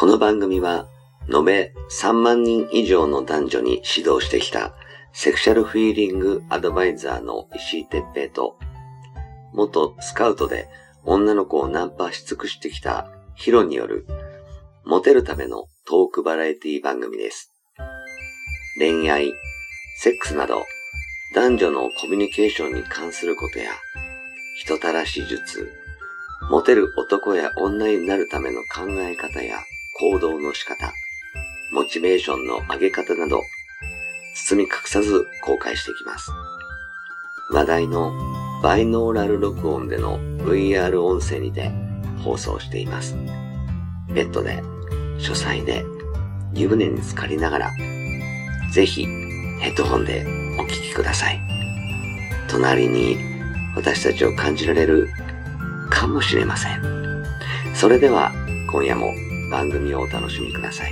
の番組は延べ3万人以上の男女に指導してきたセクシャルフィーリングアドバイザーの石井哲平と、元スカウトで女の子をナンパし尽くしてきたヒロによるモテるためのトークバラエティ番組です。恋愛、セックスなど男女のコミュニケーションに関することや人たらし術、モテる男や女になるための考え方や行動の仕方、モチベーションの上げ方など包み隠さず公開していきます。話題のバイノーラル録音での VR 音声にて放送しています。ベッドで、書斎で、湯船に浸かりながら、ぜひヘッドホンでお聞きください。隣に私たちを感じられるかもしれません。それでは今夜も番組をお楽しみください。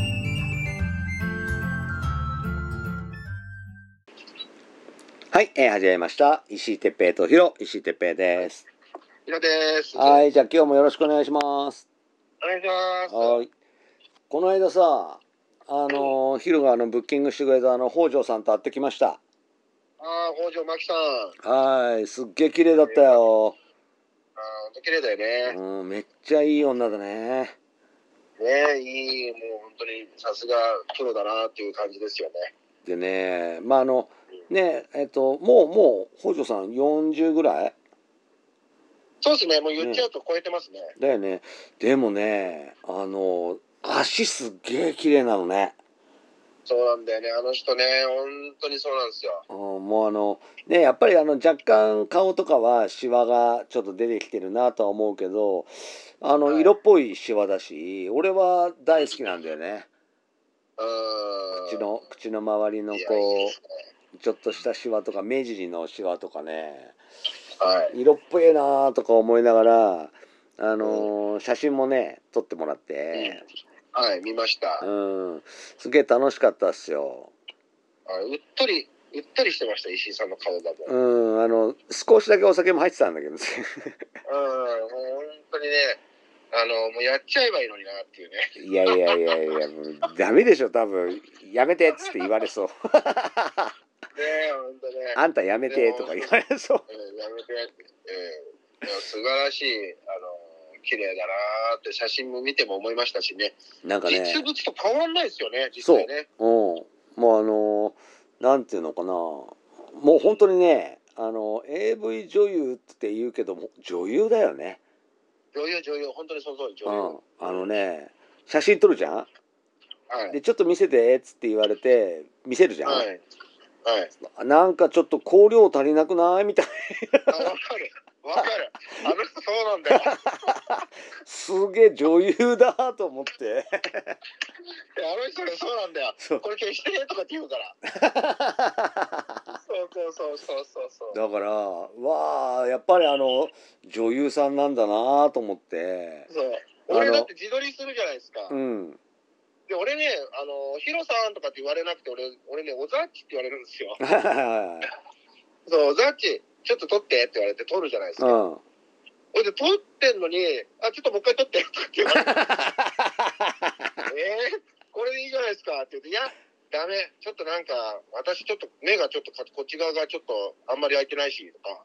はい、始めました。石井哲平とヒロ、石井哲平です。 ヒロです。 はい、じゃあ今日もよろしくお願いします。 お願いします。 はい。この間さ、ヒロがブッキングしてくれた北条さんと会ってきました。 ああ、北条真紀さん。 はい、すっげえ綺麗だったよ。 ほんと綺麗だよね。 うん、めっちゃいい女だね。 ね、いい、もう本当にさすがプロだなっていう感じですよね。 でね、ね、もう北条さん40ぐらい？ そうですね、もう言っちゃうと超えてますね。 だよね。でもね、足すっげえ綺麗なのね。 そうなんだよね、あの人ね、本当にそうなんですよ。 もうね、やっぱり若干顔とかはシワがちょっと出てきてるなとは思うけど、色っぽいシワだし、俺は大好きなんだよね。口の周りのちょっとしたシワとか、目尻のシワとかね、 はい、 色っぽいなとか思いながら、写真もね撮ってもらって、 はい、見ました。 すげえ楽しかったっすよ。 うっとりしてました、石井さんの顔がも。 少しだけお酒も入ってたんだけどね。 もう本当にね、もうやっちゃえばいいのになっていうね。 いや、もうダメでしょ、多分。やめてっつって言われそう。 ねえ、本当ね。 あんたやめてとか言われそう。 やめてって。素晴らしい、綺麗だなーって写真も見ても思いましたしね。なんかね。実物と変わんないですよね、実際ね。 そう。もうなんていうのかな。もう本当にね、AV 女優って言うけども、女優だよね。 女優、本当にその通り、女優。写真撮るじゃん。 はい。 で、ちょっと見せてっつって言われて、見せるじゃん。 はい。 なんかちょっと香料足りなくないみたいな。わかる。あの人そうなんだよ。 すげえ女優だと思って。 あの人ね、そうなんだよ。これ消してとかって言うから。そう。 だからわあ、やっぱり女優さんなんだなと思って。 そう。俺だって自撮りするじゃないですか。で、俺ね、ヒロさんとかって言われなくて、俺ね、おざっちって言われるんですよ。そう、おざっち、ちょっと撮ってって言われて撮るじゃないですか。それで撮ってんのに、ちょっともう一回撮ってとかって言われて。これでいいじゃないですかって言って、いや、ダメ。ちょっとなんか、私ちょっと目がちょっとこっち側がちょっとあんまり開いてないし、とか。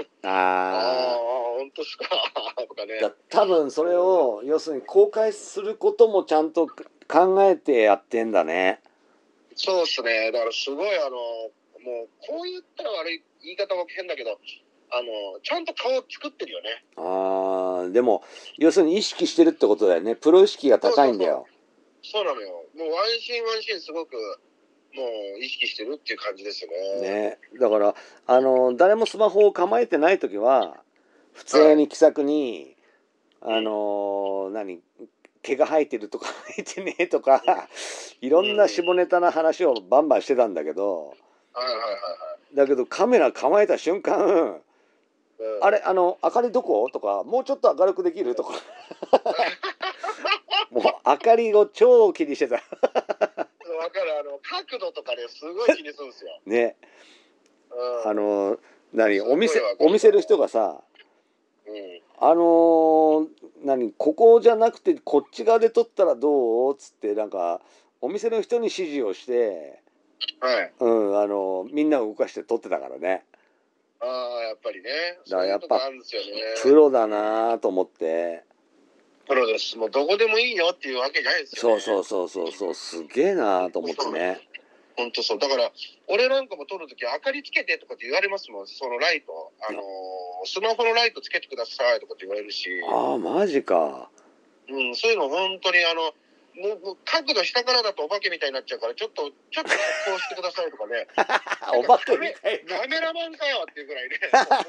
本当ですかとかね。 多分それを要するに公開することもちゃんと考えてやってんだね。 そうっすね。だからすごいもうこう言ったら悪い言い方も変だけど、ちゃんと顔作ってるよね。 でも要するに意識してるってことだよね。プロ意識が高いんだよ。 そうなのよ。もうワンシーンすごくもう意識してるっていう感じですよね。 ね、だから誰もスマホを構えてない時は普通に気さくに、毛が生えてるとか生えてねえとか、いろんな下ネタな話をバンバンしてたんだけど、だけどカメラ構えた瞬間、あれ明かりどことか、もうちょっと明るくできるとかもう明かりを超気にしてた。 わかる。角度とかですごい気にするんですよ。 ね。お店の人がさ、 ここじゃなくてこっち側で撮ったらどうっつってなんかお店の人に指示をして、 はい。 みんなを動かして撮ってたからね。 ああ、やっぱりね。 だからやっぱそういうとこあるんですよね。 プロだなと思って。 プロです。もうどこでもいいよっていうわけじゃないですよね。 そうすげえなと思ってね。 本当そう。だから俺なんかも撮るとき明かりつけてとかって言われますもん。そのライト、スマホのライトつけてくださいとかって言われるし。 ああ、マジか。 うん、そういうの本当にもう角度下からだとお化けみたいになっちゃうからちょっとこうしてくださいとかね。 お化けみたいな。 カメラマンかよっていうぐらいね。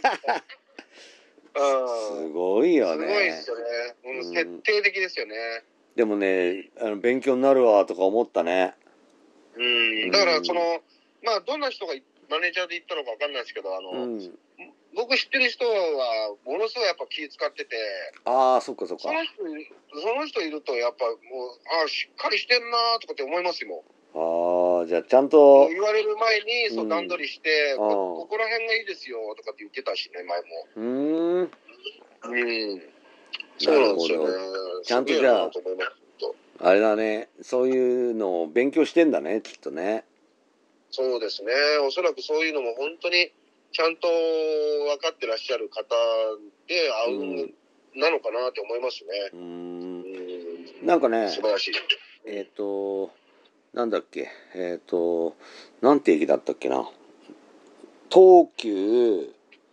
すごいよね。 すごいですよね。徹底的ですよね。 でもね、勉強になるわとか思ったね。 だからまあどんな人がマネージャーで行ったのかわかんないですけど、僕知ってる人はものすごいやっぱ気使ってて。 ああ、そっかそっか。 その人いるとやっぱもうしっかりしてんなとかって思いますよ。 ああ、じゃあちゃんと言われる前に段取りしてここら辺がいいですよとかって言ってたしね、前も。そうなんですよね。 ちゃんとじゃああれだね、そういうのを勉強してんだね、きっとね。 そうですね。おそらくそういうのも本当にちゃんと分かってらっしゃる方で会うなのかなって思いますね。 なんかね、 素晴らしい。 なんだっけ、なんて駅だったっけな。東急、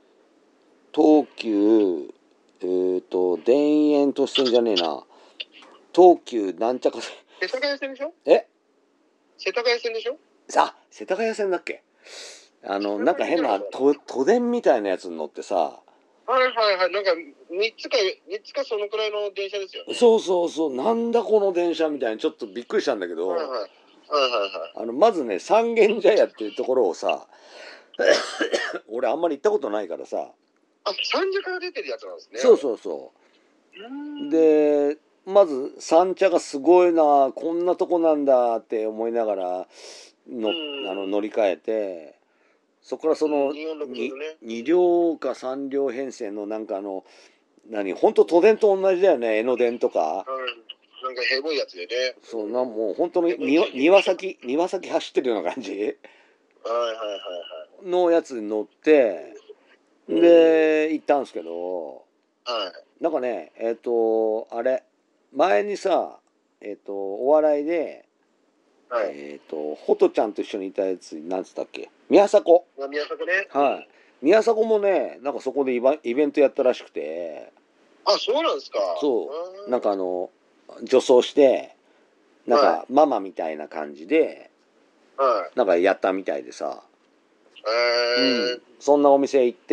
田園都市線じゃねえな。東急なんちゃか線。 世田谷線でしょ？世田谷線でしょ？ あ、世田谷線だっけ？なんか変な都電みたいなやつに乗ってさ。 はい。なんか3つかそのくらいの電車ですよね。 そう。なんだこの電車みたいにちょっとびっくりしたんだけど。まずね、三軒茶屋っていうところをさ、俺あんまり行ったことないからさ。 あ、三茶から出てるやつなんですね。 そう。で、まず三茶がすごいな、こんなとこなんだって思いながら乗り換えて、そこからその2両か3両編成のなんか本当都電と同じだよね、江ノ電とか。 なんかヘボいやつでね。 そうもう本当に庭先走ってるような感じのやつに乗ってで行ったんですけど、なんかねあれ前にさお笑いでホトちゃんと一緒にいたやつなんつったっけ、宮迫ね。宮迫もねなんかそこでイベントやったらしくて。 あ、そうなんですか。 そうなんか女装してなんかママみたいな感じでなんかやったみたいでさ。そんなお店行って、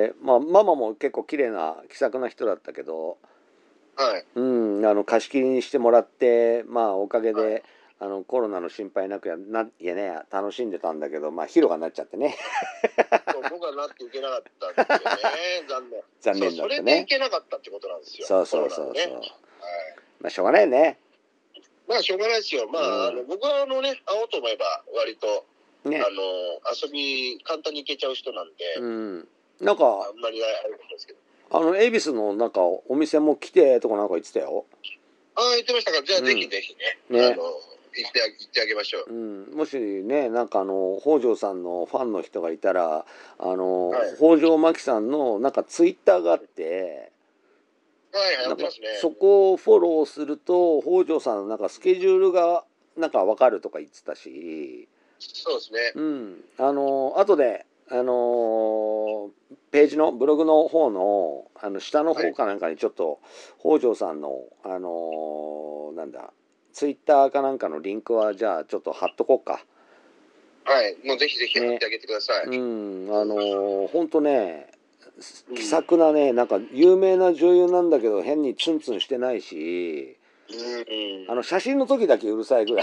まあママも結構綺麗な気さくな人だったけど、貸し切りにしてもらって、まあおかげで、コロナの心配なく楽しんでたんだけど、まあ広がなっちゃってね。 僕はなっていけなかったんですよね。残念だったね。それでいけなかったってことなんですよ。 そう。まあしょうがないね。 まあしょうがないですよ。まあ僕は会おうと思えば割と遊び簡単に行けちゃう人なんで、 なんかあんまりあれだったんですけど。 恵比寿のなんかお店も来てとかなんか言ってたよ。 言ってましたか。じゃあぜひね、行ってあげましょう。 もしねなんか北条さんのファンの人がいたら北条真希さんのなんかツイッターがあって、そこをフォローすると北条さんのなんかスケジュールがなんか分かるとか言ってたし。 そうですね。 後でページのブログの方の下の方かなんかにちょっと北条さんのなんだツイッターかなんかのリンクはじゃあちょっと貼っとこうか。 もうぜひぜひ貼ってあげてください。 本当ね気さくなねなんか有名な女優なんだけど変にツンツンしてないし。写真の時だけうるさいぐらい。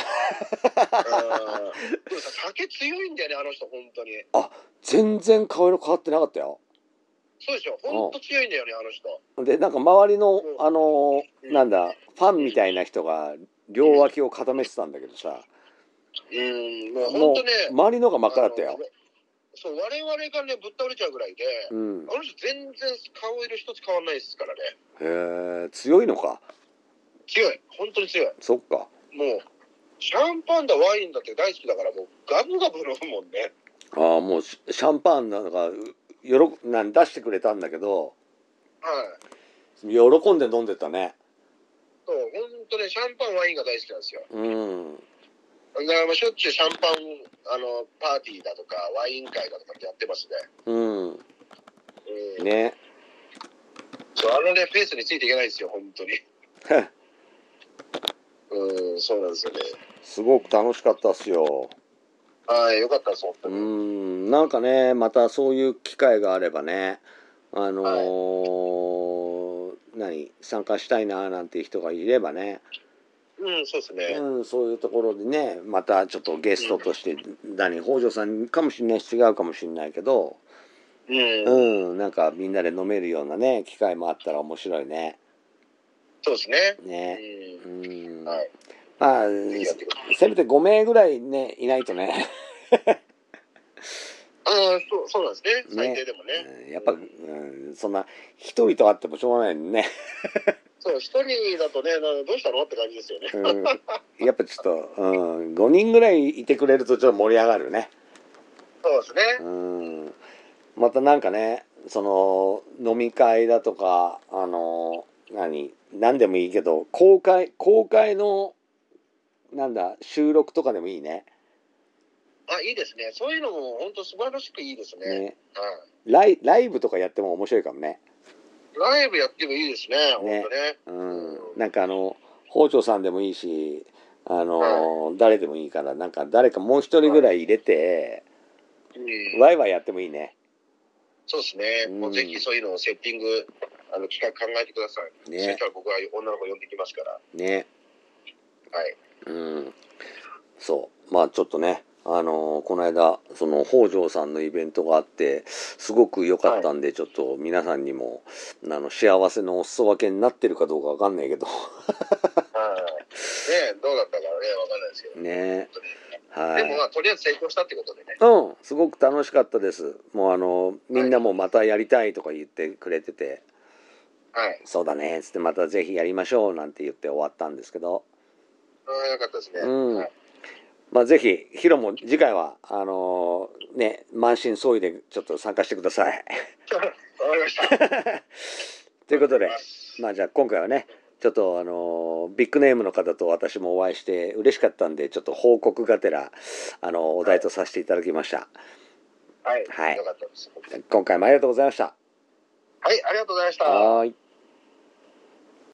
酒強いんだよね、あの人、本当に。 あ、全然顔色変わってなかったよ。 そうでしょ、本当強いんだよね、あの人。 で、なんか周りの、なんだ、ファンみたいな人が両脇を固めてたんだけどさ。 もう本当ね。 周りのが真っ赤だったよ。 そう、我々がね、ぶっ倒れちゃうぐらいで、あの人全然顔色一つ変わんないですからね。 へえ、強いのか。 強い。本当に強い。 そっか。 もう、シャンパンだワインだって大好きだから、もうガブガブ飲むもんね。 ああ、もうシャンパンなんか出してくれたんだけど、 はい。 喜んで飲んでたね。 そう、本当ね、シャンパンワインが大好きなんですよ。だからしょっちゅうシャンパンパーティーだとかワイン会だとかってやってますね。 ね。 そうねペースについていけないですよ本当に。そうなんですよね。 すごく楽しかったっすよ。 はい、よかったです本当に。 なんかね、またそういう機会があればね、参加したいななんていう人がいればね。 そうですね。 そういうところでね、またちょっとゲストとして、北条さんかもしれないし、違うかもしれないけど、なんかみんなで飲めるようなね、機会もあったら面白いね。 そうですね。 ね。 はい。 まあ、せめて5名ぐらいね、いないとね。 そうなんですね。最低でもね。 やっぱ、そんな、一人と会ってもしょうがないね。 そう、一人だとね、どうしたのって感じですよね。 やっぱちょっと、5人ぐらいいてくれるとちょっと盛り上がるね。 そうですね。 またなんかね、その、飲み会だとか、何でもいいけど、公開の、収録とかでもいいね。 いいですね。そういうのも本当素晴らしくいいですね。 ライブとかやっても面白いかもね。 ライブやってもいいですね。本当ね。なんか北条さんでもいいし、誰でもいいから、なんか誰かもう一人ぐらい入れて、ワイワイやってもいいね。 そうですね。もうぜひそういうのをセッティング、企画考えてください。ね。そしたら僕は女の子呼んできますから。ね。はい。 そう。まあちょっとね、この間、その北条さんのイベントがあって、すごく良かったんで、ちょっと皆さんにも、幸せのお裾分けになってるかどうかわかんないけど。ねどうだったかね、わかんないですけど。ね。はい。でもまあ、とりあえず成功したってことでね。 すごく楽しかったです。もうみんなもまたやりたいとか言ってくれてて、はい。そうだね、つってまたぜひやりましょうなんて言って終わったんですけど。 よかったですね。はい。 まあぜひ、ヒロも次回は、満身創痍でちょっと参加してください。 わかりました。 ということで、まあじゃあ今回はね、ちょっとビッグネームの方と私もお会いして嬉しかったんで、ちょっと報告がてら、お題とさせていただきました。 はい。はい。よかったです。 今回もありがとうございました。 はい、ありがとうございました。はい。